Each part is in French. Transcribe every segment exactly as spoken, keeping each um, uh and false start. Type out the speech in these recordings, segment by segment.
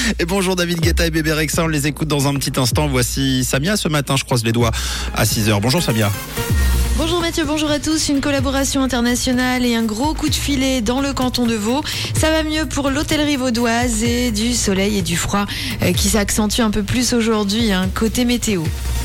Et bonjour David Guetta et Bébé Rexha, on les écoute dans un petit instant. Voici Samia ce matin, je croise les doigts à six heures. Bonjour Samia. Bonjour Mathieu, bonjour à tous. Une collaboration internationale et un gros coup de filet dans le canton de Vaud. Ça va mieux pour l'hôtellerie vaudoise et du soleil et du froid euh, qui s'accentue un peu plus aujourd'hui, hein, côté météo.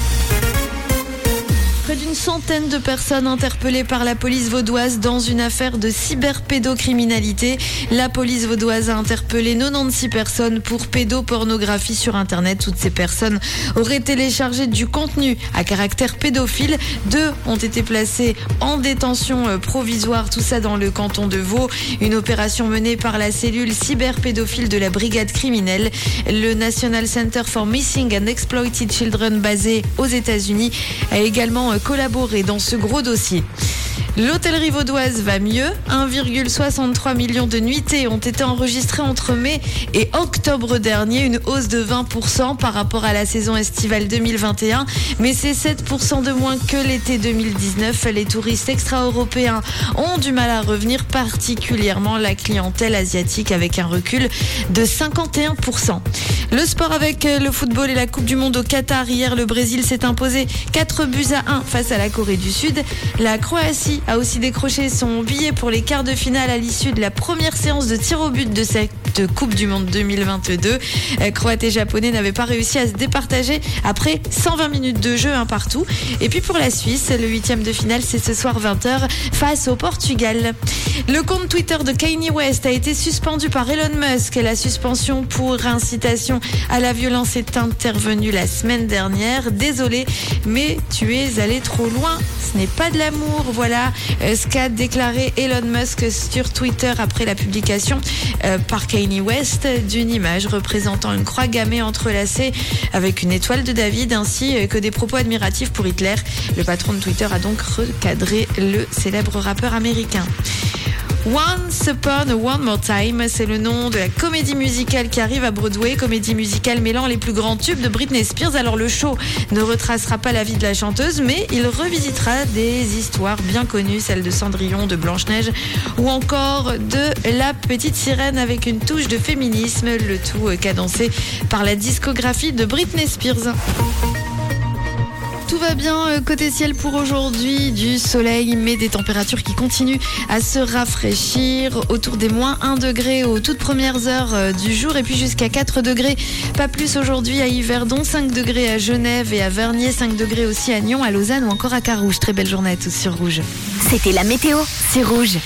Près d'une centaine de personnes interpellées par la police vaudoise dans une affaire de cyberpédocriminalité. La police vaudoise a interpellé quatre-vingt-seize personnes pour pédopornographie sur Internet. Toutes ces personnes auraient téléchargé du contenu à caractère pédophile. Deux ont été placées en détention provisoire, tout ça dans le canton de Vaud. Une opération menée par la cellule cyberpédophile de la brigade criminelle. Le National Center for Missing and Exploited Children, basé aux États-Unis, a également collaborer dans ce gros dossier. L'hôtellerie vaudoise va mieux. un virgule soixante-trois millions de nuitées ont été enregistrées entre mai et octobre dernier, une hausse de vingt pour cent par rapport à la saison estivale deux mille vingt et un, mais c'est sept pour cent de moins que l'été deux mille dix-neuf. Les touristes extra-européens ont du mal à revenir, particulièrement la clientèle asiatique avec un recul de cinquante et un pour cent. Le sport avec le football et la Coupe du Monde au Qatar. Hier, le Brésil s'est imposé quatre buts à un face à la Corée du Sud. La Croatie a aussi décroché son billet pour les quarts de finale à l'issue de la première séance de tir au but de cette Coupe du Monde deux mille vingt-deux. Croates et Japonais n'avaient pas réussi à se départager après cent vingt minutes de jeu, un partout. Et puis pour la Suisse, le huitième de finale, c'est ce soir vingt heures face au Portugal. Le compte Twitter de Kanye West a été suspendu par Elon Musk. La suspension pour incitation à la violence est intervenue la semaine dernière. Désolé, mais tu es allé trop loin. Ce n'est pas de l'amour. Voilà ce qu'a déclaré Elon Musk sur Twitter après la publication euh, par Kanye West d'une image représentant une croix gammée entrelacée avec une étoile de David, ainsi que des propos admiratifs pour Hitler. Le patron de Twitter a donc recadré le célèbre rappeur américain. Once Upon a One More Time, c'est le nom de la comédie musicale qui arrive à Broadway, comédie musicale mêlant les plus grands tubes de Britney Spears. Alors le show ne retracera pas la vie de la chanteuse, mais il revisitera des histoires bien connues, celles de Cendrillon, de Blanche-Neige ou encore de La Petite Sirène, avec une touche de féminisme, le tout cadencé par la discographie de Britney Spears. Tout va bien côté ciel pour aujourd'hui, du soleil mais des températures qui continuent à se rafraîchir autour des moins un degré aux toutes premières heures du jour et puis jusqu'à quatre degrés, pas plus aujourd'hui à Yverdon, cinq degrés à Genève et à Vernier, cinq degrés aussi à Nyon, à Lausanne ou encore à Carouge. Très belle journée à tous sur Rouge. C'était la météo, c'est Rouge.